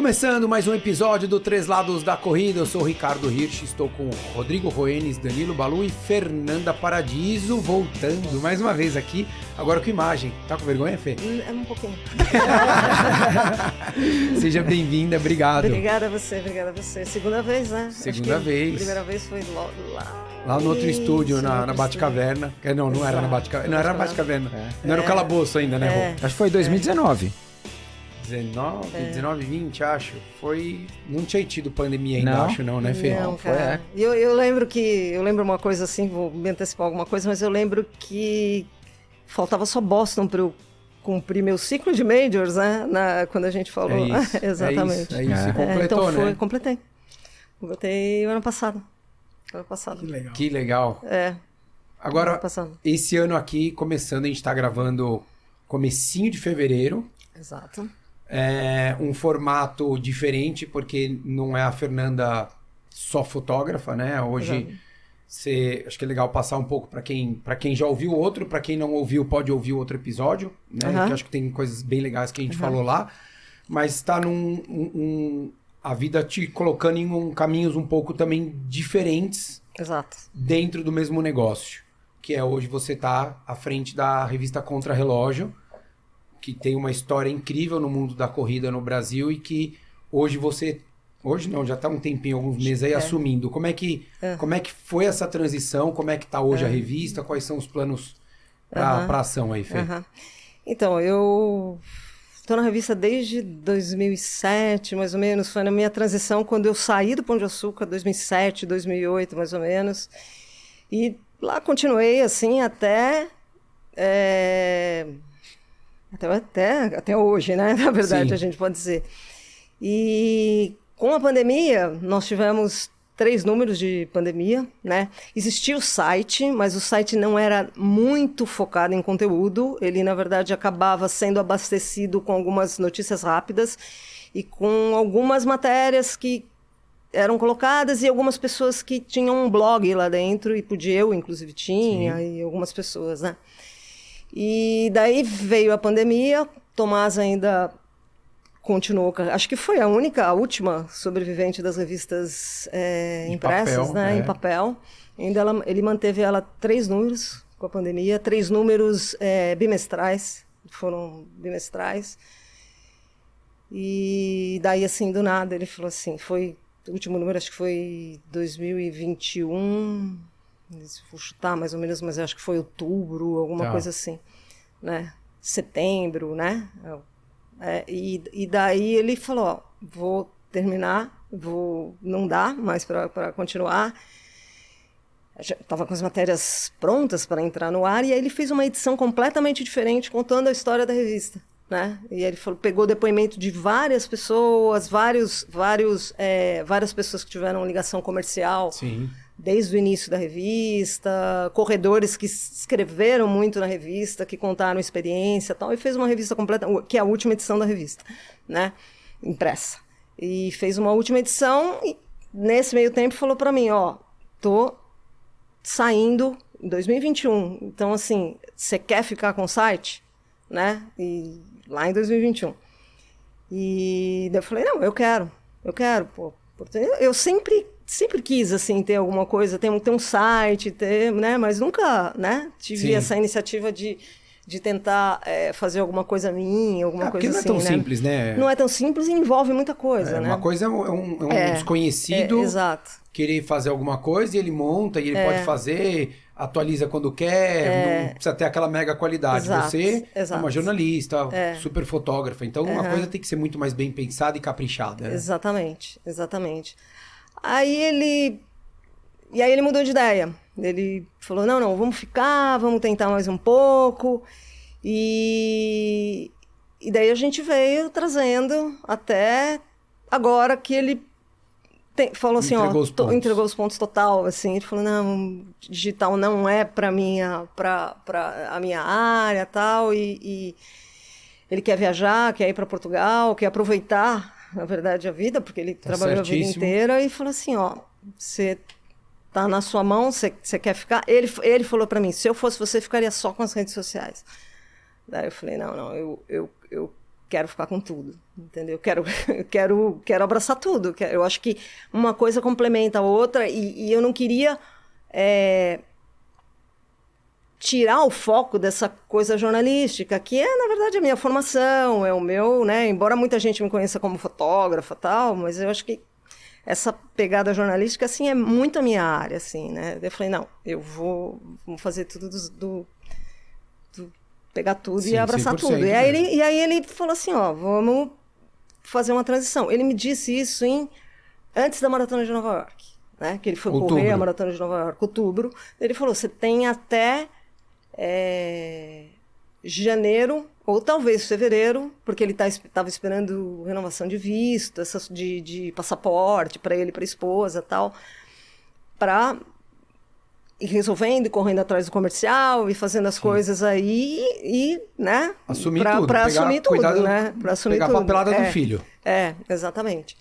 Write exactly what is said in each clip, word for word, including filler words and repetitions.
Começando mais um episódio do Três Lados da Corrida, eu sou o Ricardo Hirsch, estou com Rodrigo Roenes, Danilo Balu e Fernanda Paradiso, voltando mais uma vez aqui, agora com imagem. Tá com vergonha, Fê? É um pouquinho. Seja bem-vinda, obrigado. Obrigada a você, obrigada a você. Segunda vez, né? Segunda vez. A primeira vez foi lá... Lá no outro estúdio, na, na Batcaverna. Não, não era na Batcaverna. Não era na Batcaverna. É. Não era o Calabouço ainda, né, é. Rô? Acho que foi dois mil e dezenove. dezenove, é. dezenove, vinte, acho. Foi... Não tinha tido pandemia ainda, não. acho, não, né, Fê? Não, foi, cara. É. Eu, eu lembro que... Eu lembro uma coisa assim, vou me antecipar alguma coisa, mas eu lembro que faltava só Boston para eu cumprir meu ciclo de majors, né? Na, quando a gente falou. É isso, Exatamente. É isso, é isso. É. Completou, é, então foi, né? completei. Completei o ano passado. Ano passado. Que legal. Que legal. É. Agora, esse ano aqui, começando, a gente tá gravando comecinho de fevereiro. Exato. É um formato diferente, porque não é a Fernanda só fotógrafa, né? Hoje, você, acho que é legal passar um pouco para quem, para quem já ouviu outro, para quem não ouviu, pode ouvir outro episódio, né? Uhum. Que acho que tem coisas bem legais que a gente uhum. falou lá. Mas tá num... Um, um, a vida te colocando em um, caminhos um pouco também diferentes. Exato. Dentro do mesmo negócio. Que é hoje você tá à frente da revista Contra Relógio, que tem uma história incrível no mundo da corrida no Brasil e que hoje você... Hoje não, já está um tempinho, alguns meses aí é. assumindo. Como é, que, é. como é que foi essa transição? Como é que está hoje é. a revista? Quais são os planos para uhum. a ação aí, Fê? Uhum. Então, eu estou na revista desde dois mil e sete, mais ou menos. Foi na minha transição quando eu saí do Pão de Açúcar, dois mil e sete, dois mil e oito, mais ou menos. E lá continuei, assim, até... É... Até, até, até hoje, né? Na verdade, Sim. a gente pode dizer. E com a pandemia, nós tivemos três números de pandemia, né? Existia o site, mas o site não era muito focado em conteúdo. Ele, na verdade, acabava sendo abastecido com algumas notícias rápidas e com algumas matérias que eram colocadas e algumas pessoas que tinham um blog lá dentro, e podia, eu, inclusive, tinha, Sim. e algumas pessoas, né? E daí veio a pandemia, Tomás ainda continuou, acho que foi a única, a última sobrevivente das revistas é, impressas, papel, né, é. em papel. Ainda ela, ele manteve ela três números com a pandemia, três números é, bimestrais, foram bimestrais. E daí, assim, do nada, ele falou assim, foi, o último número acho que foi dois mil e vinte e um... vou chutar mais ou menos, mas acho que foi outubro, alguma tá. coisa assim, né? Setembro, né? É, e, e daí ele falou, ó, vou terminar, vou, não dá mais para continuar. Estava com as matérias prontas para entrar no ar, e aí ele fez uma edição completamente diferente, contando a história da revista, né? E ele falou, pegou depoimento de várias pessoas, vários, vários, é, várias pessoas que tiveram ligação comercial. Sim. Desde o início da revista, corredores que escreveram muito na revista, que contaram experiência e tal, e fez uma revista completa, que é a última edição da revista, né, impressa. E fez uma última edição e, nesse meio tempo, falou para mim, ó, tô saindo em dois mil e vinte e um, então, assim, você quer ficar com o site? Né, e lá em dois mil e vinte e um. E daí eu falei, não, eu quero, eu quero, pô, eu sempre... Sempre quis, assim, ter alguma coisa, ter um, ter um site, ter, né? Mas nunca, né? Tive Sim. essa iniciativa de, de tentar é, fazer alguma coisa minha, alguma é, coisa assim, não é tão né? simples, né? Não é tão simples e envolve muita coisa, é, né? Uma coisa é um, é um é, desconhecido é, exato. querer fazer alguma coisa e ele monta e ele é. pode fazer, atualiza quando quer, é. não precisa ter aquela mega qualidade. Exato, Você exato. é uma jornalista, é. super fotógrafa, então uhum. uma coisa tem que ser muito mais bem pensada e caprichada. Né? Exatamente, exatamente. Aí ele... E aí ele mudou de ideia. Ele falou, não, não, vamos ficar, vamos tentar mais um pouco. E, e daí a gente veio trazendo até agora que ele tem, falou assim, entregou ó, os to, entregou os pontos total, assim. Ele falou, não, digital não é para minha, para para a minha área, tal. E, e ele quer viajar, quer ir para Portugal, quer aproveitar, na verdade, a vida, porque ele tá trabalhou certíssimo. A vida inteira. E falou assim, ó, você tá na sua mão, você, você quer ficar... Ele, ele falou para mim, se eu fosse você, ficaria só com as redes sociais. Daí eu falei, não, não, eu, eu, eu quero ficar com tudo, entendeu? Quero, quero, quero abraçar tudo. Eu acho que uma coisa complementa a outra e, e eu não queria é, tirar o foco dessa coisa jornalística, que é, na verdade, a minha formação, é o meu, né? Embora muita gente me conheça como fotógrafa e tal, mas eu acho que essa pegada jornalística, assim, é muito a minha área, assim, né? Eu falei, não, eu vou, vou fazer tudo do... do, do pegar tudo Sim, e abraçar tudo. E aí, ele, e aí ele falou assim, ó, vamos fazer uma transição. Ele me disse isso em, antes da Maratona de Nova York, né? Que ele foi outubro. correr a Maratona de Nova York, outubro. Ele falou, você tem até é, janeiro, ou talvez fevereiro, porque ele estava tá, esperando renovação de visto, essas, de, de passaporte para ele, para a esposa e tal, para ir resolvendo e correndo atrás do comercial e fazendo as Sim. coisas aí e, né? Assumir pra, tudo. Para assumir tudo, cuidado, né? Para assumir pegar tudo. a papelada é, do filho. É, exatamente.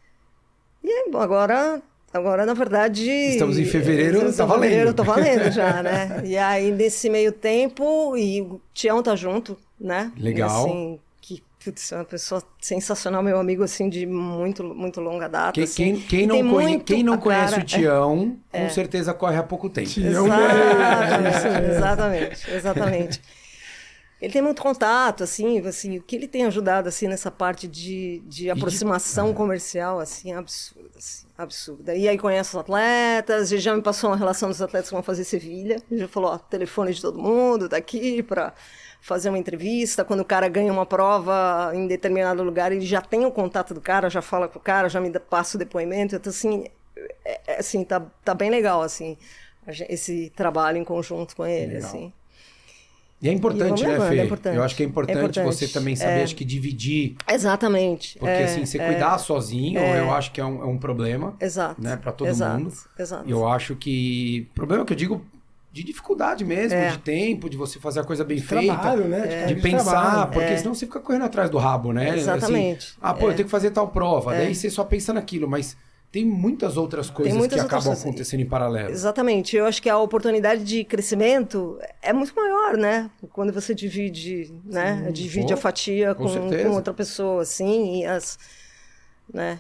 E aí, bom, agora... Agora, na verdade... Estamos em fevereiro, estamos tá em valendo. Fevereiro, tô valendo já, né? E aí, nesse meio tempo, e o Tião tá junto, né? Legal. E, assim, que, putz, é uma pessoa sensacional, meu amigo, assim, de muito, muito longa data, Quem, assim. quem, quem não, conhe, quem não conhece cara, o Tião, é, com é. certeza corre há pouco tempo. Tião exatamente, é. exatamente, exatamente. Ele tem muito contato, assim, assim, o que ele tem ajudado, assim, nessa parte de, de aproximação de... comercial, assim, absurda, assim, absurda. E aí conhece os atletas, ele já me passou uma relação dos atletas que vão fazer Sevilha, ele já falou, ó, telefone de todo mundo, daqui para fazer uma entrevista, quando o cara ganha uma prova em determinado lugar, ele já tem o contato do cara, já fala com o cara, já me passa o depoimento, então, assim, é, é, assim tá, tá bem legal, assim, esse trabalho em conjunto com ele, legal. Assim. E é importante, e né, levando, Fê? É importante, eu acho que é importante, é importante você também saber, é. acho que dividir. Exatamente. Porque, é, assim, você é, cuidar sozinho, é. eu acho que é um, é um problema. Exato. Né, para todo exato, mundo. Exato. E eu acho que... Problema que eu digo de dificuldade mesmo, é. de tempo, de você fazer a coisa bem de feita. Trabalho, né? De, de pensar, trabalho. porque é. senão você fica correndo atrás do rabo, né? Exatamente. Assim, ah, pô, é. eu tenho que fazer tal prova. É. Daí você só pensa naquilo, mas... Tem muitas outras coisas muitas que outras acabam coisas. acontecendo em paralelo. Exatamente. Eu acho que a oportunidade de crescimento é muito maior, né? Quando você divide, né? Sim, divide pô, a fatia com, com, com outra pessoa, assim, e as... Né?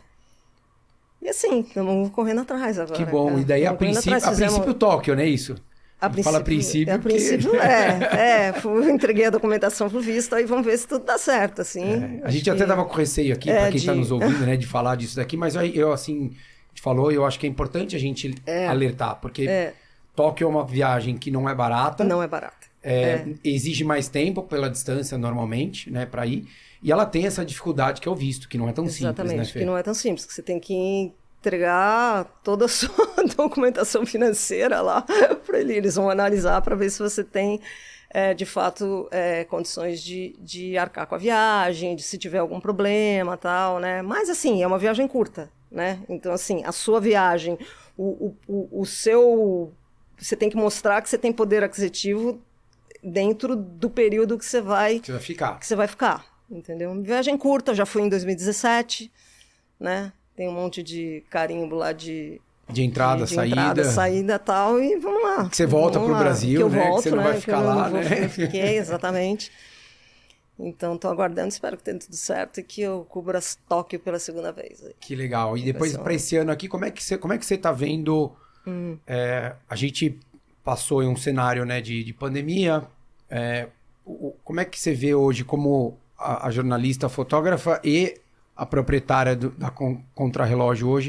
E assim, estamos correndo atrás agora. Que bom. Cara. E daí, a princípio, atrás, fizemos... a princípio, Tóquio, não é isso? A princípio, fala princípio, a princípio porque... é, é, fui, entreguei a documentação pro visto, aí vamos ver se tudo dá certo, assim. É, a gente que... até tava com receio aqui, é, para quem está de... nos ouvindo, né, de falar disso daqui, mas eu, eu assim, a gente falou, eu acho que é importante a gente é, alertar, porque é. Tóquio é uma viagem que não é barata. Não é barata. É, é. Exige mais tempo pela distância, normalmente, né, para ir, e ela tem essa dificuldade que é o visto, que não é tão Exatamente, simples, né, Fê? Exatamente, que não é tão simples, que você tem que entregar toda a sua documentação financeira lá para eles. Eles vão analisar para ver se você tem, é, de fato, é, condições de, de arcar com a viagem, de se tiver algum problema, tal, né? Mas, assim, é uma viagem curta, né? Então, assim, a sua viagem, o, o, o seu... Você tem que mostrar que você tem poder aquisitivo dentro do período que você vai... Que você vai ficar. Que você vai ficar, entendeu? Viagem curta, já fui em dois mil e dezessete, né? Tem um monte de carimbo lá de... De entrada, de, de saída. entrada, saída e tal, e vamos lá. Que você volta pro Brasil, que eu né? Volto, que você não né? vai ficar que lá, eu né? Eu fiquei, exatamente. Então, estou aguardando, espero que tenha tudo certo e que eu cubra Tóquio pela segunda vez. Que legal. E depois, para esse ano aqui, como é que você, como é que você tá vendo... Hum. É, a gente passou em um cenário, né, de, de pandemia. É, o, como é que você vê hoje como a, a jornalista, a fotógrafa e... a proprietária do, da Contrarrelógio hoje,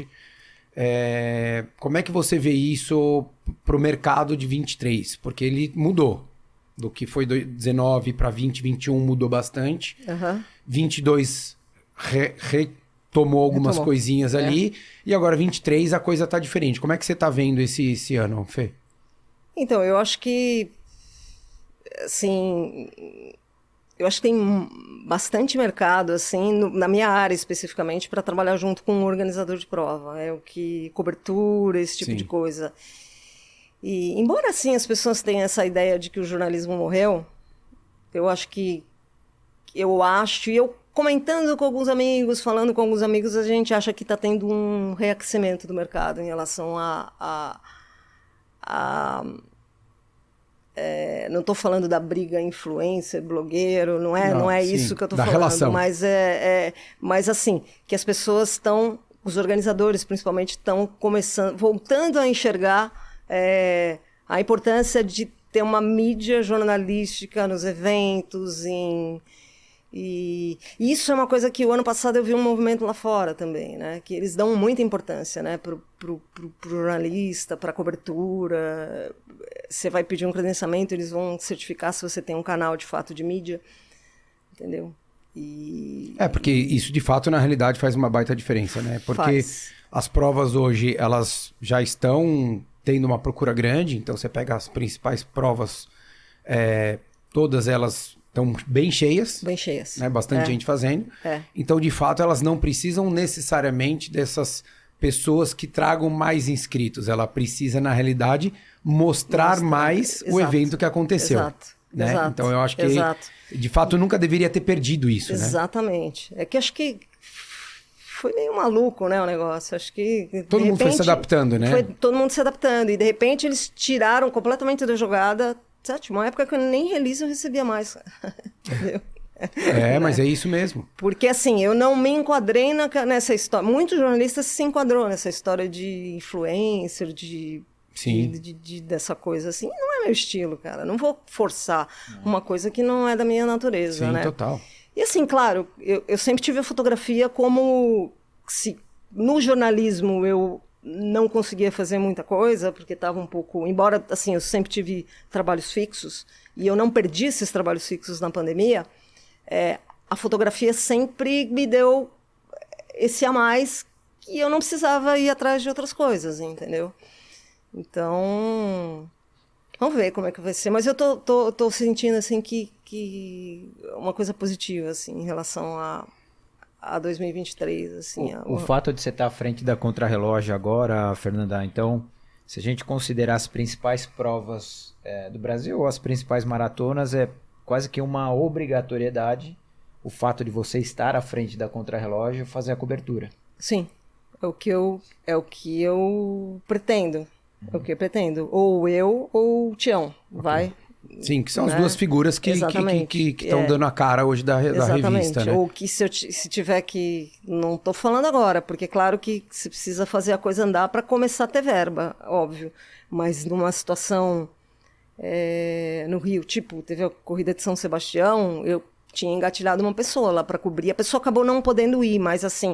é, como é que você vê isso para o mercado de vinte e três? Porque ele mudou. Do que foi dezenove para vinte, vinte e um mudou bastante. Uhum. vinte e dois re, retomou algumas retomou. coisinhas é. ali. E agora vinte e três a coisa está diferente. Como é que você está vendo esse, esse ano, Fê? Então, eu acho que... Assim... Eu acho que tem bastante mercado, assim, no, na minha área especificamente, para trabalhar junto com um organizador de prova. É o que cobertura, esse tipo Sim. de coisa. E, embora, assim, as pessoas tenham essa ideia de que o jornalismo morreu, eu acho que... Eu acho, e eu comentando com alguns amigos, falando com alguns amigos, a gente acha que está tendo um reaquecimento do mercado em relação a... a, a É, não estou falando da briga influencer, blogueiro, não é, não, não é sim, isso que eu estou da falando. Relação. Mas, é, é, mas assim, que as pessoas estão, os organizadores principalmente, estão começando, voltando a enxergar é, a importância de ter uma mídia jornalística nos eventos, em... E isso é uma coisa que o ano passado eu vi um movimento lá fora também, né? Que eles dão muita importância, né? Pro, pro, pro, pro jornalista, para a cobertura. Você vai pedir um credenciamento, eles vão certificar se você tem um canal de fato de mídia, entendeu? E... É, porque isso de fato na realidade faz uma baita diferença, né? Porque faz. As provas hoje, elas já estão tendo uma procura grande, então você pega as principais provas, é, todas elas... estão bem cheias. Bem cheias. Né? Bastante é. gente fazendo. É. Então, de fato, elas não precisam necessariamente dessas pessoas que tragam mais inscritos. Ela precisa, na realidade, mostrar, mostrar mais exato. o evento que aconteceu. Exato. Né? Exato. Então, eu acho que, exato. de fato, nunca deveria ter perdido isso. Exatamente. Né? É que acho que foi meio maluco, né, o negócio. Acho que... Todo mundo repente, foi se adaptando, né? Foi todo mundo se adaptando. E, de repente, eles tiraram completamente da jogada... Uma época que eu nem release eu recebia mais. Entendeu? É, mas é isso mesmo. Porque, assim, eu não me enquadrei na, nessa história. Muitos jornalistas se enquadrou nessa história de influencer, de, Sim. de, de, de dessa coisa assim. Não é meu estilo, cara. Não vou forçar não. uma coisa que não é da minha natureza, Sim, né? total. E, assim, claro, eu, eu sempre tive a fotografia como... se no jornalismo eu... não conseguia fazer muita coisa, porque estava um pouco... Embora, assim, eu sempre tive trabalhos fixos, e eu não perdi esses trabalhos fixos na pandemia, é, a fotografia sempre me deu esse a mais, que eu não precisava ir atrás de outras coisas, entendeu? Então, vamos ver como é que vai ser. Mas eu tô, tô, tô sentindo, assim, que, que uma coisa positiva, assim, em relação a... a dois mil e vinte e três, assim. O, a... o fato de você estar à frente da Contrarrelógio agora, Fernanda, então, se a gente considerar as principais provas é, do Brasil, ou as principais maratonas, é quase que uma obrigatoriedade o fato de você estar à frente da Contrarrelógio fazer a cobertura. Sim, é o que eu, é o que eu pretendo, uhum. é o que eu pretendo. Ou eu ou o Tião, okay. vai... Sim, que são né? as duas figuras que estão que, que, que, que é. dando a cara hoje da, da revista, né? Ou que se, eu, se tiver que... Não estou falando agora, porque claro que se precisa fazer a coisa andar para começar a ter verba, óbvio. Mas numa situação é, no Rio, tipo, teve a corrida de São Sebastião, eu tinha engatilhado uma pessoa lá para cobrir. A pessoa acabou não podendo ir, mas assim...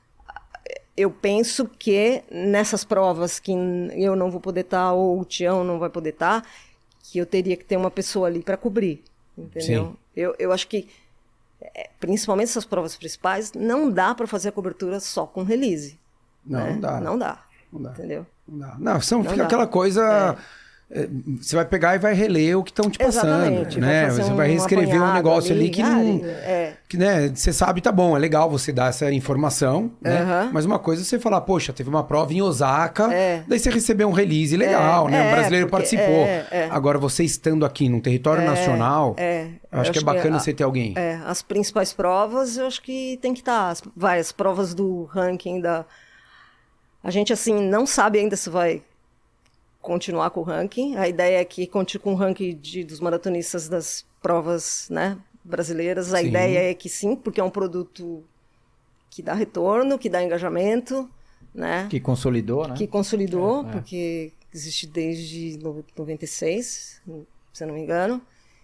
Eu penso que nessas provas que eu não vou poder estar, ou o Tião não vai poder estar... que eu teria que ter uma pessoa ali para cobrir, entendeu? Sim. Eu, eu acho que, é, principalmente essas provas principais, não dá para fazer a cobertura só com release. Não, né? não dá. Não dá, não dá. entendeu? Não dá. Não, são, não fica dá. aquela coisa... É. Você vai pegar e vai reler o que estão te passando. Exatamente. Né? Vai você um, vai reescrever um negócio ali, ali que não... É. Que, né, você sabe, tá bom, é legal você dar essa informação, né? Uhum. Mas uma coisa é você falar, poxa, teve uma prova em Osaka, é. daí você recebeu um release legal, é. né? O é, brasileiro participou. É, é. Agora, você estando aqui num território é, nacional, é. eu acho, acho que é bacana que, você ter alguém. É, as principais provas, eu acho que tem que estar. As, vai, as provas do ranking da... A gente, assim, não sabe ainda se vai continuar com o ranking. A ideia é que continue com o ranking de, dos maratonistas das provas, né, brasileiras. A sim. ideia é que sim, porque é um produto que dá retorno, que dá engajamento, né? Que consolidou, né? Que consolidou, é, é. porque existe desde noventa e seis, se eu não me engano.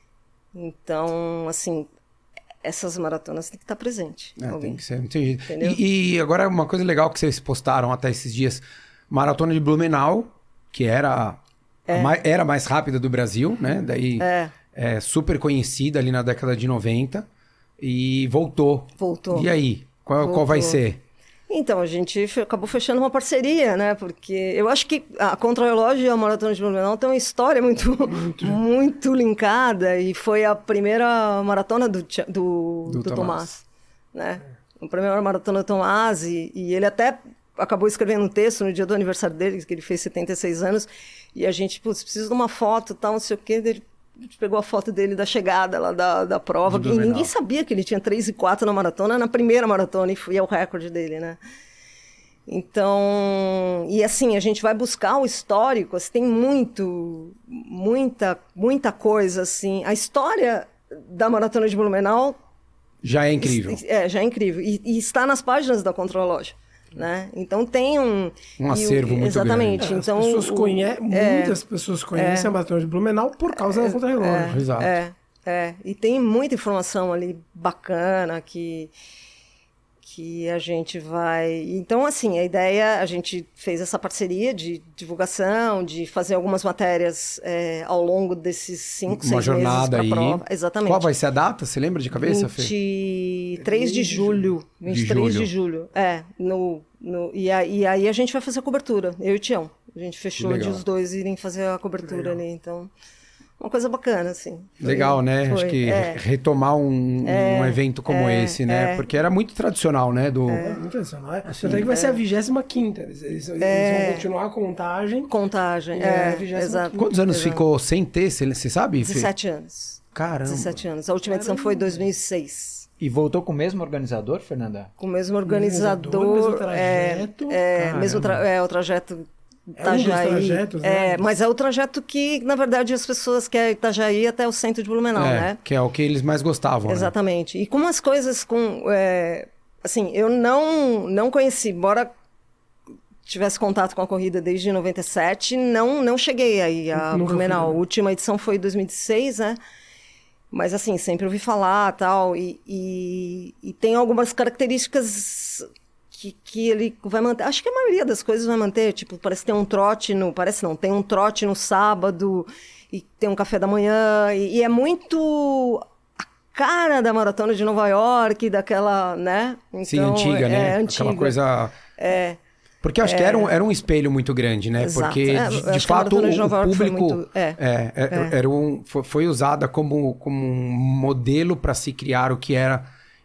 Então, assim, essas maratonas têm que estar presentes. É, tem que ser, não tem jeito. E, e agora uma coisa legal que vocês postaram até esses dias, maratona de Blumenau, que era, é. a mais, era a mais rápida do Brasil, né? Daí é. é super conhecida ali na década de noventa e voltou. Voltou. E aí? Qual, voltou. qual vai ser? Então, a gente acabou fechando uma parceria, né? Porque eu acho que a Contrarrelógio e a Maratona de Blumenau tem uma história muito, muito. muito linkada e foi a primeira maratona do, do, do, do Tomás. Tomás, né? A primeira maratona do Tomás e, e ele até... acabou escrevendo um texto no dia do aniversário dele, que ele fez setenta e seis anos, e a gente, putz, precisa de uma foto, tal, não sei o quê, ele, a gente pegou a foto dele da chegada lá da, da prova, e ninguém sabia que ele tinha três e quatro na maratona, na primeira maratona, e foi é o recorde dele, né? Então, e assim, a gente vai buscar o histórico, assim, tem muito, muita, muita coisa, assim. A história da Maratona de Blumenau... Já é incrível. É, já é incrível. E, e está nas páginas da Contrarrelógio, né? Então tem um... Um acervo o, muito exatamente. grande. É, então, as pessoas o, conhecem, é, muitas pessoas conhecem é, a Maratona de Blumenau por causa da Contrarrelógio. É, Exato. É, é, e tem muita informação ali bacana que... que a gente vai... Então, assim, a ideia, a gente fez essa parceria de divulgação, de fazer algumas matérias é, ao longo desses cinco, Uma seis jornada meses para aí. prova. Exatamente. Qual vai ser a data? Você lembra de cabeça, Fê? vinte e três de julho. vinte e três de julho. É, no, no, e, aí, e aí a gente vai fazer a cobertura, eu e o Tião. A gente fechou de os dois irem fazer a cobertura ali, então... Uma coisa bacana, assim. Foi, Legal, né? Foi, Acho que é. retomar um, É, um evento como é, esse, né? é. Porque era muito tradicional, né? Do... É muito tradicional. É. Tanto é que vai ser a vigésima quinta. Eles, eles, eles É. vão continuar a contagem. Contagem, É, é, a vigésima exato. quinta. Quantos anos Exato. ficou sem ter? Você você sabe, Fê? dezessete anos. Caramba. dezessete anos. A última edição foi em dois mil e seis. E voltou com o mesmo organizador, Fernanda? Com o mesmo Organizador, organizador. mesmo é, trajeto. é, mesmo tra é, o trajeto É um dos Itajaí. trajetos, né? É, mas é o trajeto que, na verdade, as pessoas querem Itajaí até o centro de Blumenau, É, né? que é o que eles mais gostavam, né? Exatamente. E como as coisas com... é, assim, eu não, não conheci, embora tivesse contato com a corrida desde noventa e sete, não, não cheguei aí a Nunca Blumenau. fui, A última edição foi em dois mil e seis, né? Mas, assim, sempre ouvi falar tal, e, e, e tem algumas características que, que ele vai manter. Acho que a maioria das coisas vai manter. Tipo, parece que tem um trote no... Parece não, tem um trote no sábado, e tem um café da manhã, e, e é muito... a cara da Maratona de Nova York, daquela, né? Então, Sim, antiga, é, né? É, antiga. Aquela coisa... É... Porque eu acho é... que era um, era um espelho muito grande, né? Exato. Porque, é, de, de fato, o, o público muito... é. É, é, é. Era um, foi, foi usada como, como um modelo para se criar o que era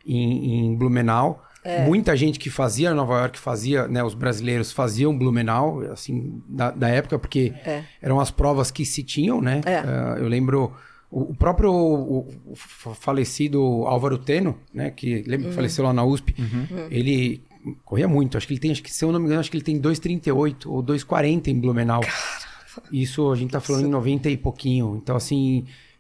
em, em Blumenau. É. Muita gente que fazia Nova York, fazia, né? Os brasileiros faziam Blumenau, assim, da, da época, porque é. eram as provas que se tinham, né? É. Uh, eu lembro... O próprio o, o falecido Álvaro Teno, né? Que lembra, uhum. faleceu lá na U S P, uhum. ele... corria muito, acho que ele tem, acho que, se eu não me engano, acho que ele tem dois e trinta e oito ou dois e quarenta em Blumenau. Cara, isso a gente tá falando isso. Em noventa e pouquinho. Então, assim,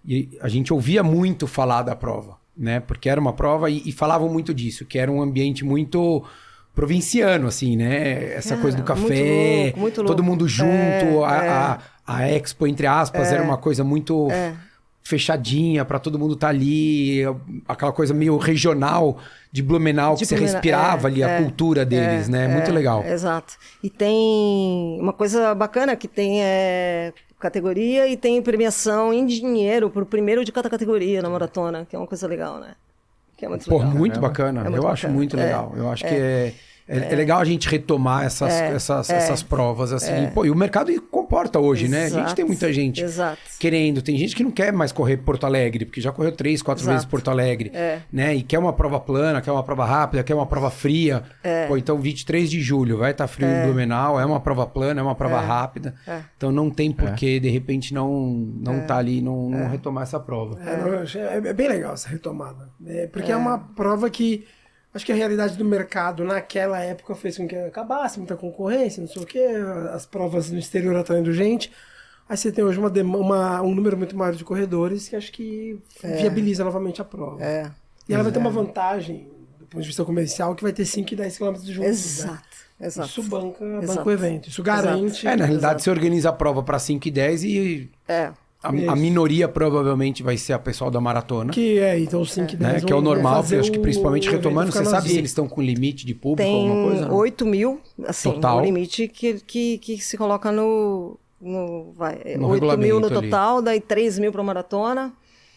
a gente ouvia muito falar da prova, né? Porque era uma prova e, e falavam muito disso, que era um ambiente muito provinciano, assim, né? Essa Cara, coisa do café, muito louco, muito louco. Todo mundo junto, é, a, é. A, a Expo, entre aspas, é. Era uma coisa muito... É. fechadinha, para todo mundo estar tá ali, aquela coisa meio regional de Blumenau, de que Blumenau, você respirava é, ali é, a cultura deles, é, né? Muito é, legal. Exato. E tem uma coisa bacana que tem é, categoria e tem premiação em dinheiro pro primeiro de cada categoria na maratona, que é uma coisa legal, né? Que é muito Pô, legal. muito bacana. É muito Eu bacana. acho muito legal. Eu acho que é... É, é legal a gente retomar essas, é, essas, é, essas provas, assim. É. Pô, e o mercado comporta hoje, Exato. Né? A gente tem muita gente Exato. querendo. Tem gente que não quer mais correr Porto Alegre, porque já correu três, quatro Exato. vezes Porto Alegre. É. Né? E quer uma prova plana, quer uma prova rápida, quer uma prova fria. É. Pô, então vinte e três de julho vai estar tá frio é. em Blumenau, é uma prova plana, é uma prova é. rápida. É. Então não tem porquê, de repente, não, não é. tá ali, não, não retomar essa prova. É, não, é bem legal essa retomada. É, porque é. é uma prova que... Acho que a realidade do mercado naquela época fez com que acabasse muita concorrência, não sei o quê, as provas no exterior atraindo gente. Aí você tem hoje uma, uma, um número muito maior de corredores que acho que é. viabiliza novamente a prova. É. E ela vai ter uma vantagem, do ponto de vista comercial, que vai ter cinco e dez quilômetros juntos. Exato. Né? Exato. Isso banca, banca Exato. o evento. Isso garante... Exato. É, na realidade, Exato. você organiza a prova para cinco e dez e... É. A, a minoria provavelmente vai ser a pessoal da maratona. Que é, então os cinco e dez né? Que é o normal, eu acho que principalmente retomando, você sabe se eles estão com limite de público, tem alguma coisa? Tem oito mil, assim, total. O limite que, que, que se coloca no... no vai, no oito mil no total, ali. Daí três mil para maratona.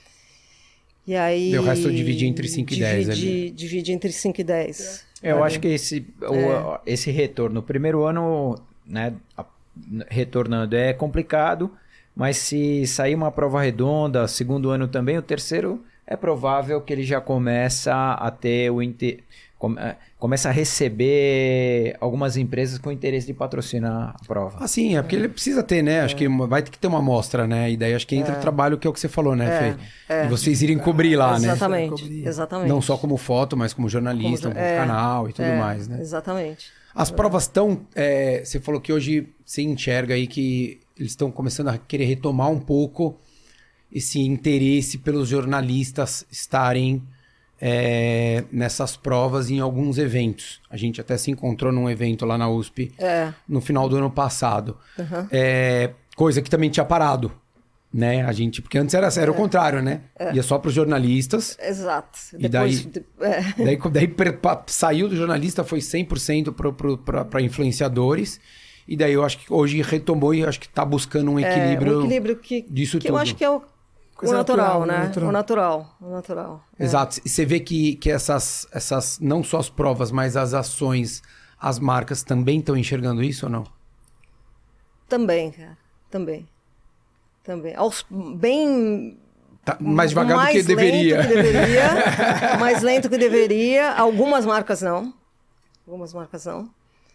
E aí... E o resto divide entre cinco e dez ali. Divide entre cinco e dez. É, eu acho que esse, é. o, esse retorno, o primeiro ano, né, a, retornando é complicado, mas se sair uma prova redonda, segundo ano também, o terceiro é provável que ele já começa a ter o inter... começa a receber algumas empresas com interesse de patrocinar a prova. Ah, sim, é porque ele precisa ter, né? É. Acho que vai ter que ter uma amostra, né? E daí acho que entra é. o trabalho que é o que você falou, né, é. Fê? É. E vocês irem cobrir lá, exatamente, né? Exatamente. Não só como foto, mas como jornalista, como, como é. canal e tudo é. mais, né? Exatamente. As provas estão... É, você falou que hoje você enxerga aí que eles estão começando a querer retomar um pouco esse interesse pelos jornalistas estarem é, nessas provas em alguns eventos. A gente até se encontrou num evento lá na U S P É. no final do ano passado. Uhum. É, coisa que também tinha parado, né? A gente, porque antes era, era o contrário, né? Ia só para os jornalistas. Exato. E Depois, daí, de- é. daí, daí pre- pa- saiu do jornalista, foi cem por cento para influenciadores. E daí eu acho que hoje retomou e acho que está buscando um equilíbrio, É, um equilíbrio que, disso que tudo. eu acho que é o, o Coisa natural, natural, né? natural. O natural. O natural. É. Exato. E você vê que, que essas, essas, não só as provas, mas as ações, as marcas também estão enxergando isso ou não? Também, cara. Também. Também. Aos, bem... Tá mais devagar mais do que deveria. lento que deveria. Mais lento que deveria. Algumas marcas não. Algumas marcas não.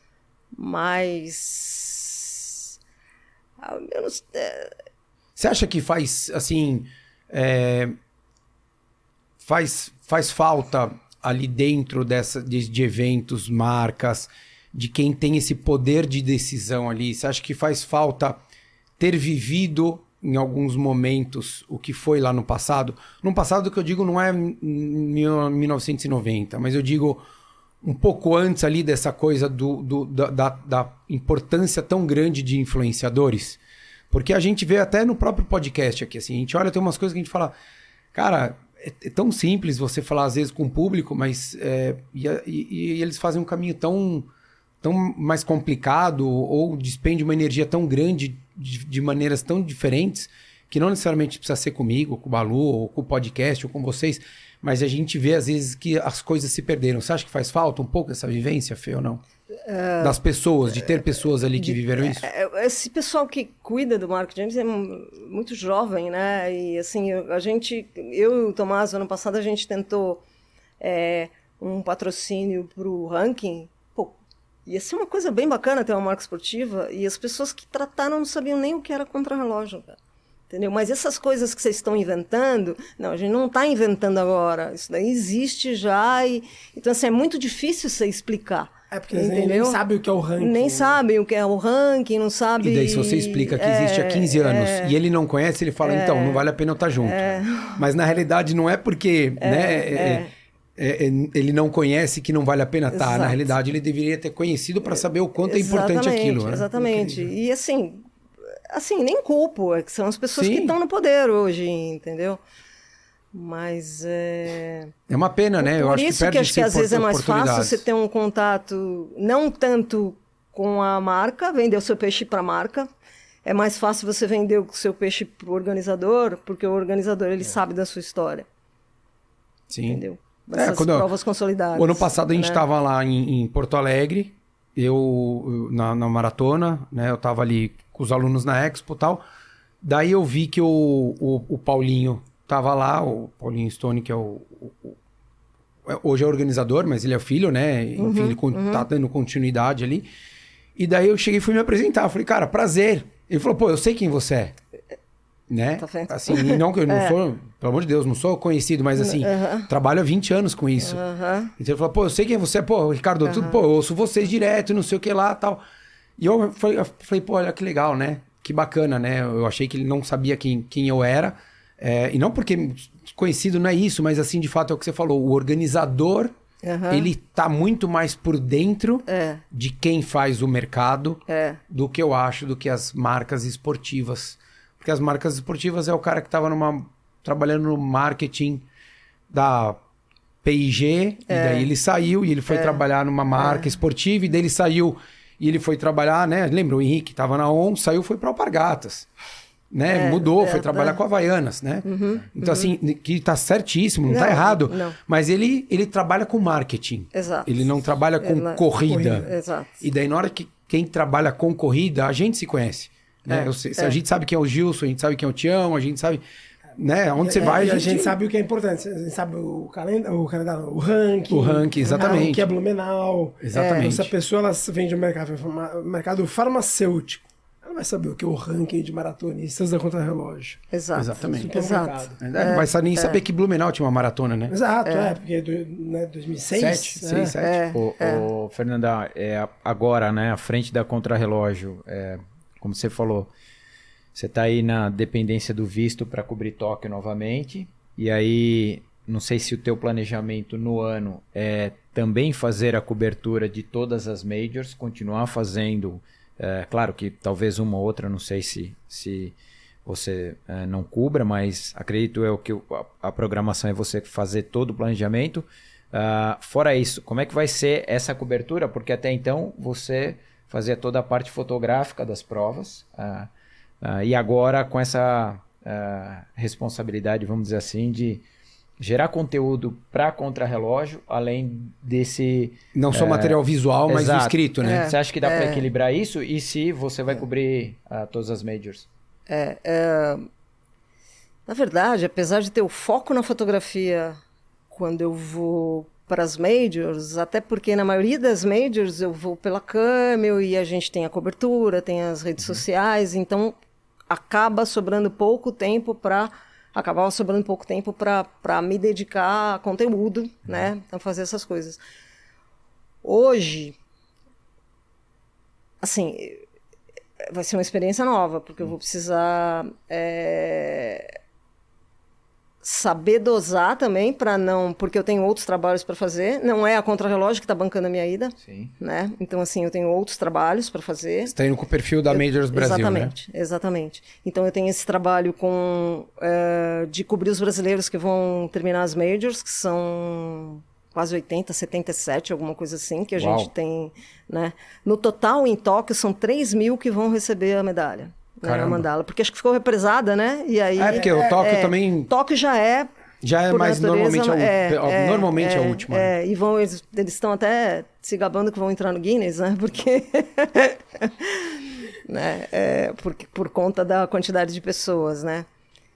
Mas... ao menos... é, Você acha que faz, assim, é, faz, faz falta ali dentro dessa, de, de eventos, marcas, de quem tem esse poder de decisão ali? Você acha que faz falta ter vivido em alguns momentos o que foi lá no passado? No passado, que eu digo, não é mil novecentos e noventa, mas eu digo um pouco antes ali dessa coisa do, do, da, da, da importância tão grande de influenciadores. Porque a gente vê até no próprio podcast aqui, assim, a gente olha, tem umas coisas que a gente fala, cara, é, é tão simples você falar às vezes com o público, mas é, e, e, e eles fazem um caminho tão, tão mais complicado ou despende uma energia tão grande de, de maneiras tão diferentes que não necessariamente precisa ser comigo, com o Balu, ou com o podcast, ou com vocês, mas a gente vê às vezes que as coisas se perderam. Você acha que faz falta um pouco essa vivência, Fê, ou não? Das pessoas, de ter pessoas ali que viveram isso? É, esse pessoal que cuida do marketing é muito jovem, né? E assim, a gente, eu e o Tomás, ano passado, a gente tentou é, um patrocínio para o ranking. Pô, ia ser uma coisa bem bacana ter uma marca esportiva, e as pessoas que trataram não sabiam nem o que era contra-relógio, cara. Entendeu? Mas essas coisas que vocês estão inventando, não, a gente não está inventando agora. Isso daí existe já. E, então, assim, é muito difícil você explicar. É porque eles nem, nem sabem o que é o ranking. Nem sabem o que é o ranking, não sabem... E daí, se você explica que existe há quinze anos é, e ele não conhece, ele fala, então, não vale a pena eu estar junto. É. Mas, na realidade, não é porque né, é, é. é, é, ele não conhece que não vale a pena estar. Exato. Na realidade, ele deveria ter conhecido para saber o quanto é importante Exatamente, aquilo. Né? Exatamente. E, assim, assim, nem culpo, é que são as pessoas Sim. que estão no poder hoje, entendeu? Mas é... É uma pena, né? Eu Por acho que isso perde que acho que às vezes é mais fácil oportunidades. você ter um contato, não tanto com a marca, vender o seu peixe para a marca. É mais fácil você vender o seu peixe para o organizador, porque o organizador ele é. sabe da sua história. Sim. Entendeu? É, Essas quando eu- provas consolidadas. O ano passado a gente né? estava lá em, em Porto Alegre, eu eu- na, na maratona, né? Eu estava ali com os alunos na Expo e tal. Daí eu vi que o, o, o Paulinho estava lá, o Paulinho Stone, que é o, o- o- é- hoje é organizador, mas ele é filho, né? Enfim, ele con- tá dando continuidade ali. E daí eu cheguei e fui me apresentar. Eu falei, cara, prazer. Ele falou, pô, eu sei quem você é. Né? Tá vendo? Assim, e não que eu não É. sou, pelo amor de Deus, não sou conhecido, mas assim, Aham. trabalho há vinte anos com isso. Aham. Então ele falou, pô, eu sei quem você é, pô, Ricardo, tudo, pô, eu ouço vocês direto, não sei o que lá tal. E eu falei, eu falei, pô, olha que legal, né? Que bacana, né? Eu achei que ele não sabia quem, quem eu era. É, e não porque conhecido não é isso, mas assim, de fato é o que você falou. O organizador, Aham. ele tá muito mais por dentro É. de quem faz o mercado É. do que eu acho, do que as marcas esportivas. Porque as marcas esportivas é o cara que estava numa trabalhando no marketing da P I G, e daí ele saiu e ele foi trabalhar numa marca esportiva, e daí ele saiu e ele foi trabalhar, né? Lembra, o Henrique estava na O N, saiu e foi para Alpargatas. Né? É, Mudou, é, foi trabalhar é. com a Havaianas, né? então, assim, que tá certíssimo, não, Não, tá errado. não. Mas ele, ele trabalha com marketing. Exato. Ele não trabalha com Ele- corrida. corrida, exato. E daí, na hora que quem trabalha com corrida, a gente se conhece. Né? É, Eu sei- é. A gente sabe quem é o Gilson, a gente sabe quem é o Tião, a gente sabe... Né? Onde você E- vai, e a gente sabe o que é importante. A gente sabe o calendário, o, calendário, o ranking. O ranking, exatamente. O que é Blumenau. Exatamente. Então, se a pessoa ela vende no mercado, mercado farmacêutico, ela vai saber o que é o ranking de maratonistas da contrarrelógio. Exato. Exatamente. Exato. É, não vai nem saber que Blumenau tinha uma maratona, né? Exato, é, é porque é né, dois mil e seis. Sete, é. seis, sete. É, Ô, é. ô, Fernanda, é, agora, né, à frente da contrarrelógio, é, como você falou, você está aí na dependência do visto para cobrir Tóquio novamente, e aí não sei se o teu planejamento no ano é também fazer a cobertura de todas as majors, continuar fazendo, é, claro que talvez uma ou outra, não sei se, se você é, não cubra, mas acredito eu que a, a programação é você fazer todo o planejamento. Uh, fora isso, como é que vai ser essa cobertura? Porque até então você fazia toda a parte fotográfica das provas, uh, uh, e agora com essa uh, responsabilidade, vamos dizer assim, de gerar conteúdo para contrarrelógio, além desse... Não só é, material visual, mas exato. escrito, né? É. Você acha que dá para equilibrar isso? E se você vai cobrir uh, todas as majors? É, é, na verdade, apesar de ter o foco na fotografia quando eu vou para as majors, até porque na maioria das majors eu vou pela Camel e a gente tem a cobertura, tem as redes uhum. sociais, então acaba sobrando pouco tempo para acabava sobrando pouco tempo para me dedicar a conteúdo, uhum. né, a fazer essas coisas. Hoje, assim, vai ser uma experiência nova, porque eu vou precisar é, saber dosar também, para não, porque eu tenho outros trabalhos para fazer. Não é a contrarrelógio que está bancando a minha ida, Sim. né? Então, assim, eu tenho outros trabalhos para fazer. Você está indo com o perfil da eu, Majors Brasil, exatamente, né? Exatamente. Então, eu tenho esse trabalho com é, de cobrir os brasileiros que vão terminar as Majors, que são quase oitenta, setenta e sete, alguma coisa assim, que a Uau. gente tem, né? No total, em Tóquio, são três mil que vão receber a medalha, né, a mandala, porque acho que ficou represada, né? E aí, é, porque o Tóquio é, também... Tóquio já é... Já é mais normalmente, é, é, normalmente é, a última. É, né? E vão, eles estão até se gabando que vão entrar no Guinness, né? Porque... né? É, por, por conta da quantidade de pessoas, né?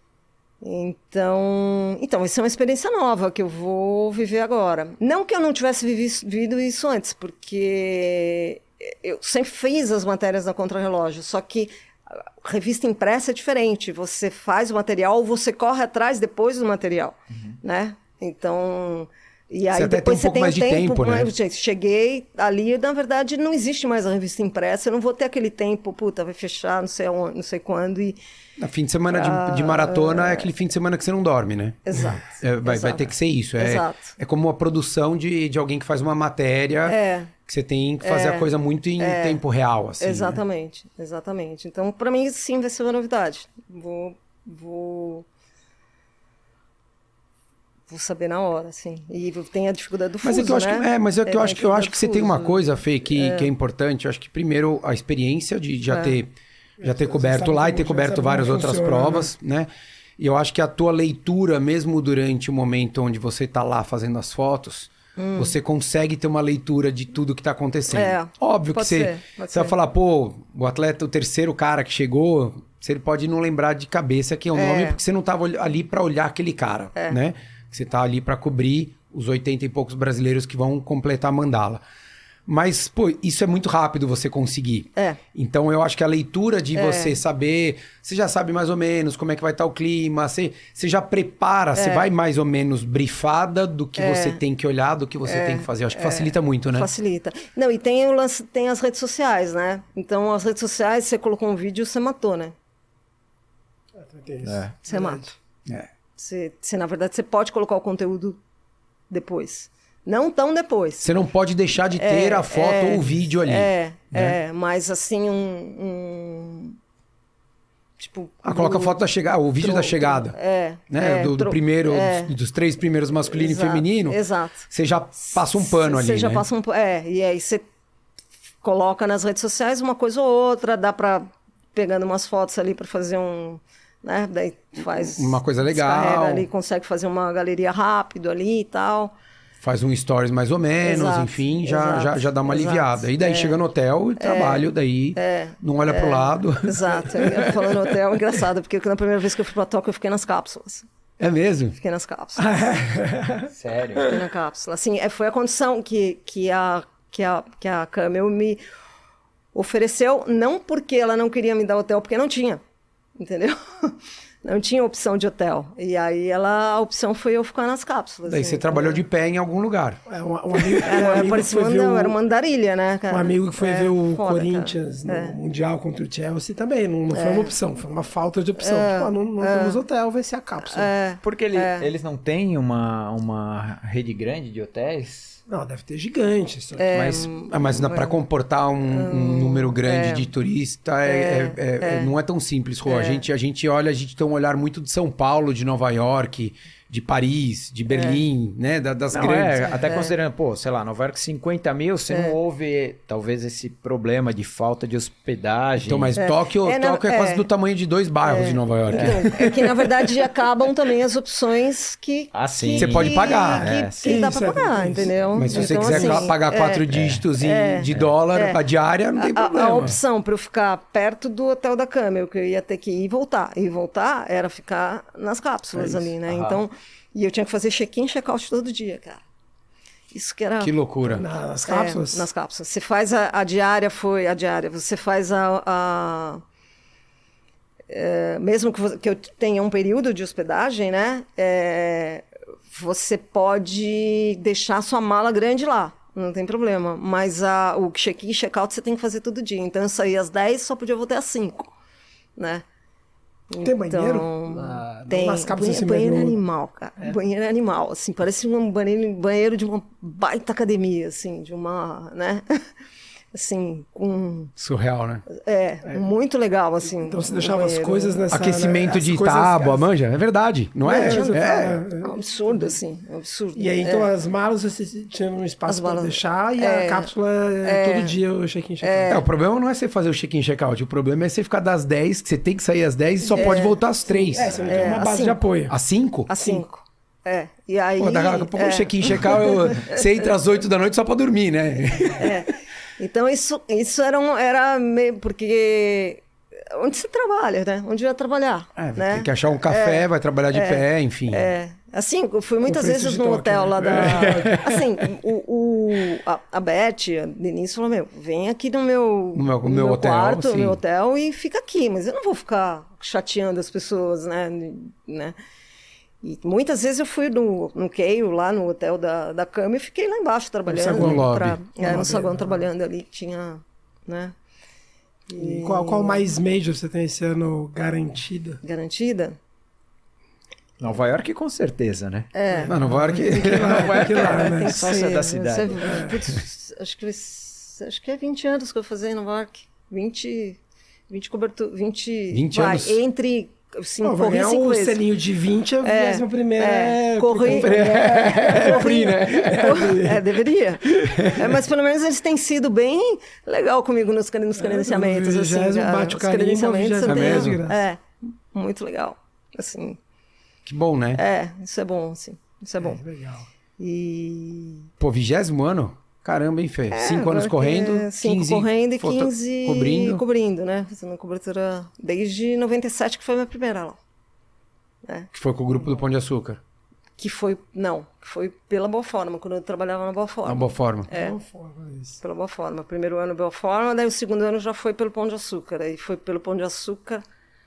Então, então, isso é uma experiência nova que eu vou viver agora. Não que eu não tivesse vivido isso antes, porque eu sempre fiz as matérias da Contrarrelógio, só que a revista impressa é diferente. Você faz o material ou você corre atrás depois do material, uhum. né? Então... E aí você até depois tem um pouco você tem mais de tempo, tempo, né? Gente, cheguei ali, na verdade, não existe mais a revista impressa, eu não vou ter aquele tempo, puta, vai fechar, não sei aonde, não sei quando, e... Na fim de semana de, de maratona é aquele fim de semana que você não dorme, né? Exato. É, vai, exato. vai ter que ser isso. É, Exato. é como a produção de, de alguém que faz uma matéria é. que você tem que fazer é. a coisa muito em é. tempo real, assim. Exatamente, né? exatamente. Então, para mim, sim, vai ser uma novidade. Vou... vou... Vou saber na hora, assim. E tem a dificuldade do fuso, mas é que eu acho né? que, é, mas é que eu é, acho que eu acho que você tem uma coisa, Fê, que é. que é importante. Eu acho que primeiro a experiência de já é. ter já ter coberto lá e ter coberto várias outras funciona, provas, né? né? E eu acho que a tua leitura, mesmo durante o momento onde você está lá fazendo as fotos, hum. você consegue ter uma leitura de tudo que está acontecendo. É. Óbvio que você, ser, você ser. vai falar, pô, o atleta, o terceiro cara que chegou, você pode não lembrar de cabeça que é o é. nome, porque você não estava ali para olhar aquele cara, é. né? Você tá ali para cobrir os oitenta e poucos brasileiros que vão completar a mandala. Mas, pô, isso é muito rápido você conseguir. É. Então, eu acho que a leitura de é. você saber... Você já sabe mais ou menos como é que vai estar o clima. Você, você já prepara, é. você vai mais ou menos brifada do que é. você tem que olhar, do que você é. tem que fazer. Eu acho que facilita muito, né? Facilita. Não, e tem, o lance, tem as redes sociais, né? Então, as redes sociais, você colocou um vídeo, você matou, né? É. Você mata. É. Você, você, na verdade, você pode colocar o conteúdo depois. Não tão depois. Você não pode deixar de ter é, a foto é, ou o vídeo ali. É, né? é, mas assim, um... um tipo... Ah, coloca a foto da chegada, o vídeo tro, da chegada. É. Né? é do, do tro, primeiro, é. dos, dos três primeiros, masculino exato, e feminino. Exato. Você já passa um pano cê, ali, Você já né? passa um pano, é. E aí você coloca nas redes sociais uma coisa ou outra, dá pra... Pegando umas fotos ali pra fazer um... Né? Daí faz uma coisa legal ali, consegue fazer uma galeria rápido ali e tal, faz um stories mais ou menos, exato, enfim, já, exato, já, já dá uma exato, aliviada. E daí é, chega no hotel e trabalho, daí é, não olha é, pro lado. Exato. Eu falando no hotel, é engraçado, porque na primeira vez que eu fui pra Tóquio eu fiquei nas cápsulas. É mesmo? Fiquei nas cápsulas. Sério? Fiquei na cápsula. Assim, foi a condição que, que a que a que a Camel me ofereceu, não porque ela não queria me dar hotel, porque não tinha, entendeu? Não tinha opção de hotel. E aí ela, a opção foi eu ficar nas cápsulas. Daí assim, você trabalhou de pé em algum lugar. É, um, um amigo, um Era, amigo parecia foi ver uma, o, era uma andarilha, né, cara? um amigo que foi É, ver o foda, Corinthians cara. no É. Mundial contra o Chelsea também. Não, não foi uma opção, foi uma falta de opção. Tipo, ah, não, não temos hotel, vai ser a cápsula. É, Porque ele- É. eles não têm uma, uma rede grande de hotéis? Não, deve ter gigante. Só que- Mas, ah, mas para comportar um, um número grande é. de turista é, é- é- é- não é tão simples, Rô. A, gente, a gente olha, a gente tem um olhar muito de São Paulo, de Nova York, de Paris, de Berlim, né? da- das Não, grandes. é, até considerando, pô, sei lá, Nova York cinquenta mil, você não houve talvez esse problema de falta de hospedagem. Então, mas Tóquio, É, na- Tóquio é quase é. do tamanho de dois bairros de Nova York. Então, é que, na verdade, acabam também as opções que... Ah, sim. que- Você pode pagar. Que, É, que sim. dá Isso, pra é, pagar, isso. entendeu? Mas se você Então, quiser assim, pagar quatro é, dígitos em- de dólar é. pra diária, não tem a, problema. a opção para eu ficar perto do hotel da Camel, que eu ia ter que ir e voltar. E voltar era ficar nas cápsulas É ali, né? Aham. Então, e eu tinha que fazer check-in e check-out todo dia, cara. Isso que era... Que loucura. Na- nas É, cápsulas. nas cápsulas. Você faz a, a diária, foi a diária. Você faz a... a- é, mesmo que, você- que eu tenha um período de hospedagem, né? é, você pode deixar sua mala grande lá. Não tem problema. Mas a, o check-in e check-out você tem que fazer todo dia. Então eu saí às dez, só podia voltar às cinco, né? Tem banheiro? Então, Na- tem nas cápsulas banheiro, você banheiro mesmo- animal, cara. Banheiro animal, assim, parece um banheiro, banheiro de uma baita academia, assim, de uma, né? Assim, com... Surreal, né? É, muito legal, assim. Então você o deixava as banheiro. coisas nessa... Aquecimento as de coisas- tábua, as- manja? É verdade, não é? É, você É. fala- É um absurdo, assim, é um absurdo. E aí, então, É. as malas você tinha um espaço As para malas- deixar e é. a cápsula é todo dia o check-in, check-out. É, o problema não é você fazer o check-in, check-out. O problema é você ficar das dez, que você tem que sair às dez e só pode voltar às três. É, você não tem uma É, base assim. de apoio. Às cinco? Às cinco. É, e aí... Pô, daqui a pouco é. o check-in, check-out, eu- você entra às oito da noite só pra dormir, né? É. Então, isso, isso era, um, era meio... Porque... Onde você trabalha, né? Onde vai trabalhar, É, né? tem que achar um café, vai trabalhar de pé, enfim. É, assim, eu fui muitas Com preço vezes de no toque, hotel né? lá da... Assim, o, o- a, a Beth, a Denise falou, meu, vem aqui no meu, No meu- no meu hotel, quarto, sim. no meu hotel e fica aqui, mas eu não vou ficar chateando as pessoas, né? né? E muitas vezes eu fui no, no Keio, lá no hotel da, da cama e fiquei lá embaixo trabalhando. saguão lobby. pra- é, lobby, no saguão né? trabalhando ali, que tinha, né? E qual, qual mais major você tem esse ano garantida? Garantida. Nova York, com certeza, né? É. Não, Nova York... Nova York lá, né? Tem que Só ser, da cidade. você- putz, acho, que, vai- acho que é vinte anos que eu vou fazer em Nova York. vinte, vinte cobertura. vinte, vinte vai, anos? Entre. Assim, Pô, vai corri ganhar cinco o vezes. selinho de vinte, a É, vigésima primeira é, é... corri. É free, né? É, deveria. É, mas pelo menos eles têm sido bem legal comigo nos, cre- nos credenciamentos. no assim, vigésimo cara. bate o Os carimbo, credenciamentos eu vigésimo tenho- mesmo? de graça. É, muito legal. Assim, Que bom, né? é, isso é bom, assim. Isso é bom. É, legal. E. Pô, vigésimo ano? Caramba, hein, Fê? Cinco anos Agora que correndo, é Cinco quinze correndo e foto- quinze cobrindo. cobrindo, né? Fazendo cobertura desde noventa e sete, que foi a minha primeira lá. Que foi com o grupo do Pão de Açúcar. Que foi, não, que foi pela Boa Forma, quando eu trabalhava na Boa Forma. Na boa forma. É. Então, foda isso. Pela Boa Forma. Primeiro ano Boa Forma, daí o segundo ano já foi pelo Pão de Açúcar. Aí foi pelo Pão de Açúcar.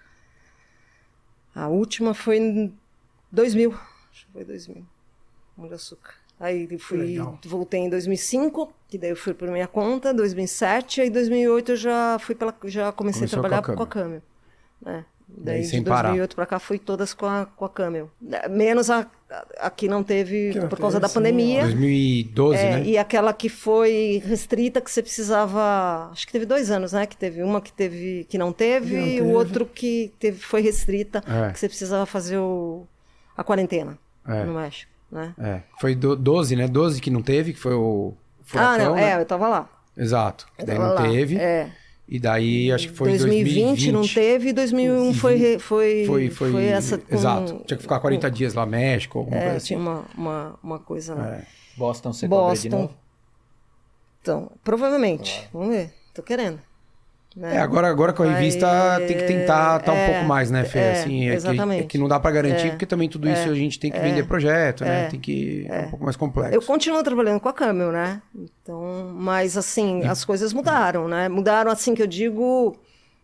A última foi em dois mil. Acho que foi dois mil. Pão de Açúcar. Aí eu fui, Legal. voltei em dois mil e cinco, que daí eu fui por minha conta, dois mil e sete, aí em dois mil e oito eu já fui pela, já comecei Começou a trabalhar com a com a Camel. Né? Daí, Daí de sem dois mil e oito parar. para cá fui todas com a, com a Camel. Menos a, a, a que não teve Que não por teve, causa da sim, pandemia. dois mil e doze, É, né? e aquela que foi restrita, que você precisava. Acho que teve dois anos, né? Que teve uma que teve que não teve, Que não e teve. o outro que teve, foi restrita, É. que você precisava fazer o, a quarentena É. no México. Né? É. Foi do, doze, né? doze que não teve, que foi o furacão, Ah, não, né? é, eu tava lá. Exato. Eu Daí tava não lá. teve. É. E daí acho que foi dois mil e vinte não teve, e dois mil e um foi, re- foi, Foi, foi, foi essa. com- Exato. Tinha que ficar quarenta dias lá, México, alguma É, coisa assim. tinha uma, uma, uma coisa lá. É. Boston você cobra de Boston. novo? Então, provavelmente. Vamos ver. Tô querendo. Né? É, agora, agora com a revista Aí, tem que tentar estar é, um pouco mais, né, Fê? é, assim, é, exatamente. que, é que não dá para garantir, É, porque também tudo isso é, a gente tem que é, vender projeto, né? é, Tem que... É, é. um pouco mais complexo. Eu continuo trabalhando com a Camel, né? Então, mas assim, as coisas mudaram, né? Mudaram assim que eu digo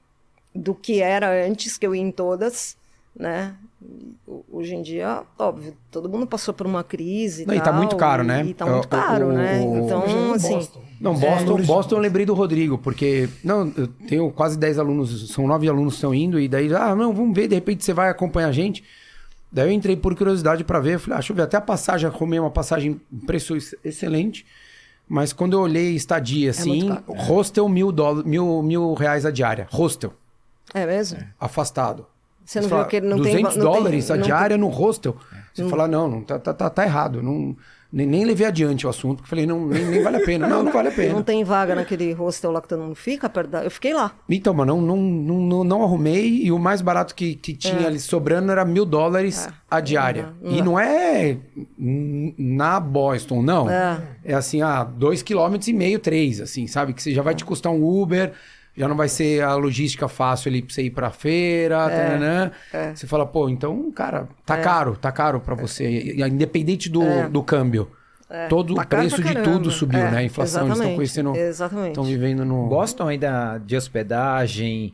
do que era antes, que eu ia em todas, né? Hoje em dia, óbvio, todo mundo passou por uma crise e Não, tal. e tá muito caro, né? E tá muito O- caro, o- né? o- Então, Imagina assim... Boston. Não, Boston, É. Boston eu lembrei do Rodrigo, porque... Não, eu tenho quase dez alunos, são nove alunos que estão indo, e daí, ah, não, vamos ver, de repente você vai acompanhar a gente. Daí eu entrei por curiosidade para ver, eu falei, ah, deixa eu ver, até a passagem, arrumei uma passagem, preço ex- excelente, mas quando eu olhei estadia, assim, muito caro. hostel, mil, dólares, mil, mil reais a diária, hostel, É mesmo? afastado. Você não fala, viu que ele não duzentos tem... não tem- dólares a não diária no hostel. Você fala, não, não tá, tá, tá, tá errado, não... Nem, nem levei adiante o assunto, porque falei, não, nem, nem vale a pena. Não, não vale a pena. Não tem vaga naquele hostel lá que todo mundo fica? perto da- Eu fiquei lá. Então, mas não, não, não, não, não arrumei, e o mais barato que, que tinha ali sobrando era mil dólares a diária. não E dá. não é n- na Boston, não. É. É assim, ah, dois quilômetros e meio, três, assim, sabe? Que você já vai te custar um Uber, já não vai ser a logística fácil ali pra você ir pra feira, tananã. é. Você fala, pô, então, cara, tá caro, tá caro pra você. E- Independente do, do câmbio. Todo Tá o caro preço pra de caramba. tudo subiu, É, né? A inflação, eles estão exatamente, conhecendo, exatamente. estão vivendo no... Boston ainda de hospedagem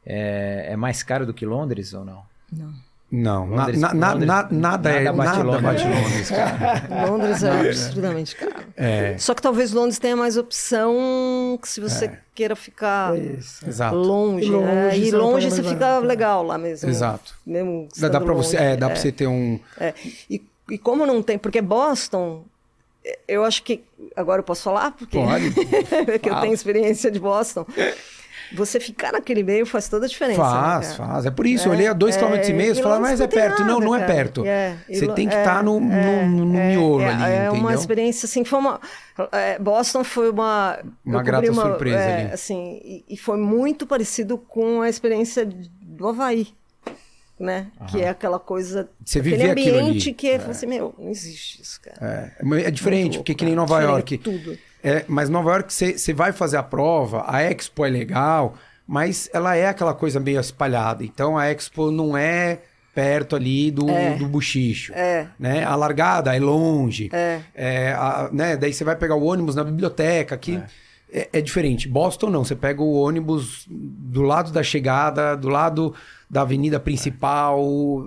é, é mais caro do que Londres ou não? Não, na- Londres- na- na- Londres- na- nada é nada bate nada Londres. bate Londres, cara. Londres é absurdamente caro. É, Só que talvez Londres tenha mais opção que se você queira ficar É isso. exato. longe, E né? longe, E você não longe paga você mais fica barato, é. legal lá mesmo. Exato. Mesmo Dá, dá estando pra você, é, longe, dá pra você ter um... É. E, e como não tem... Porque Boston, eu acho que... Agora eu posso falar? Porque Pode. que eu Fala. tenho experiência de Boston. Você ficar naquele meio faz toda a diferença. Faz, né, cara? faz. É por isso, eu olhei a dois quilômetros e meio, você fala, mas é tem perto. Não, nada, não é cara. perto. É, e Você Lo- tem que é, estar no, no, é, no é, miolo é, ali, é entendeu? uma experiência, assim, foi uma... é, Boston foi uma... Uma eu grata cobri surpresa é, ali. Assim, e, e foi muito parecido com a experiência do Havaí, né? Que é aquela coisa... Você aquele viver aquilo ambiente ali. que é, assim, meu, não existe isso, cara. É, é diferente, Muito porque louco, que nem cara. Nova Diferente, York. tudo. É, mas Nova York, você você vai fazer a prova, a Expo é legal, mas ela é aquela coisa meio espalhada. Então a Expo não é perto ali do, É. do buchicho. É. Né? A largada é longe. É. É, a- né? Daí você vai pegar o ônibus na biblioteca, que é. É, diferente. Boston não, você pega o ônibus do lado da chegada, do lado da avenida principal,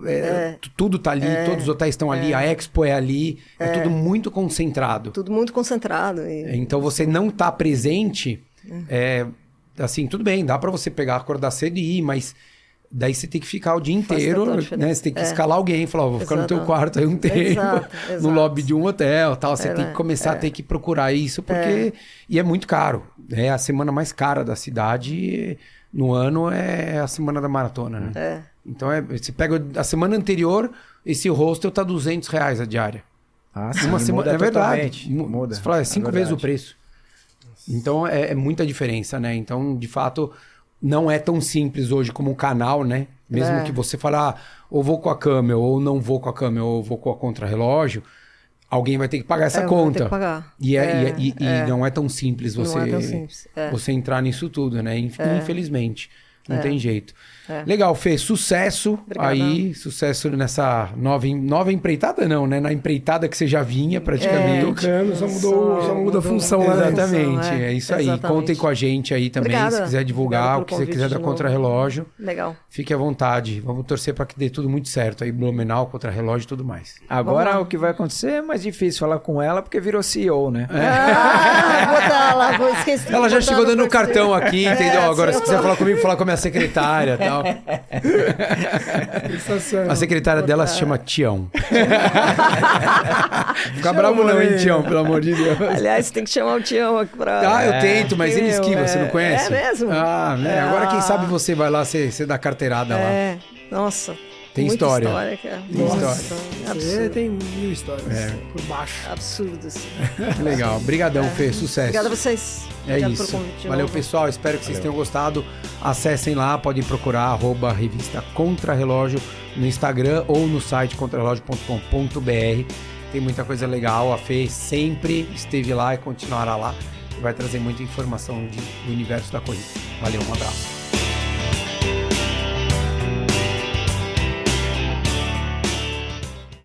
é, t- tudo tá ali, todos os hotéis estão ali, a Expo é ali, é, tudo muito concentrado. Tudo muito concentrado. E... Então você não tá presente, é, assim, tudo bem, dá pra você pegar, acordar cedo e ir, mas daí você tem que ficar o dia Faz inteiro, total né? diferença. Você tem que É. escalar alguém e falar, ó, vou ficar no teu Exato. quarto aí um tempo, Exato, no exato. lobby de um hotel, tal. Você É, tem né? que começar a É. ter que procurar isso, porque... E é muito caro. É a semana mais cara da cidade, no ano é a semana da maratona, né? É. Então, é, você pega a semana anterior, esse hostel tá duzentos reais a diária. Ah, sim, Uma semana, muda é verdade. totalmente. Mu- Muda. Você fala, é cinco vezes o verdade. preço. Então é, é muita diferença, né? Então, de fato, não é tão simples hoje como um canal, né? Mesmo É. que você fale, ah, ou vou com a Camel, ou não vou com a Camel, ou vou com a Contrarrelógio, alguém vai ter que pagar essa É, vai ter conta. que pagar. E, é, É, e é- e- e é. não é tão simples Não você, é tão simples, é. você entrar nisso tudo, né? Inf- Infelizmente. Não tem jeito. É. Legal, Fê. Sucesso Obrigada. aí. Sucesso nessa nova, em- nova empreitada, não, né? Na empreitada que você já vinha praticamente. Tocando, só mudou, só muda a função lá. né? Exatamente, É, é, isso aí. exatamente. Contem com a gente aí também, Obrigada. se quiser divulgar, Obrigada o que pelo você convite quiser de da novo. Contrarrelógio, Legal. fique à vontade. Vamos torcer para que dê tudo muito certo aí, Blumenau, Contrarrelógio e tudo mais. Agora Vamos lá. o que vai acontecer é mais difícil falar com ela porque virou C E O, né? Ah, vou botar lá, vou esquecer. Ela já botar chegou no dando o perfil. cartão aqui, entendeu? É, Agora, sim, se eu quiser tô- falar comigo, falar com a minha secretária e tal. Sensacional. A secretária dela se chama Tião. Fica bravo não, hein, Tião, pelo amor de Deus. Aliás, tem que chamar o Tião aqui pra... Ah, eu tento, mas ele Meu, esquiva, você não é- conhece? É mesmo? Ah, né? Agora quem Ah. sabe você vai lá, você, você dá carteirada lá. É, nossa. Tem muita história. história cara. Tem Nossa, Você Absurdo. tem mil histórias por baixo. Absurdo, assim. Legal. Obrigadão, Fê. Sucesso. Obrigada a vocês. É Obrigado isso. pelo convite de Valeu, novo. pessoal. Espero que vocês tenham gostado. Acessem lá, podem procurar arroba revista Contrarrelógio no Instagram ou no site contrarrelógio ponto com ponto b r. Tem muita coisa legal. A Fê sempre esteve lá e continuará lá. vai trazer muita informação de, do universo da corrida. Valeu, um abraço.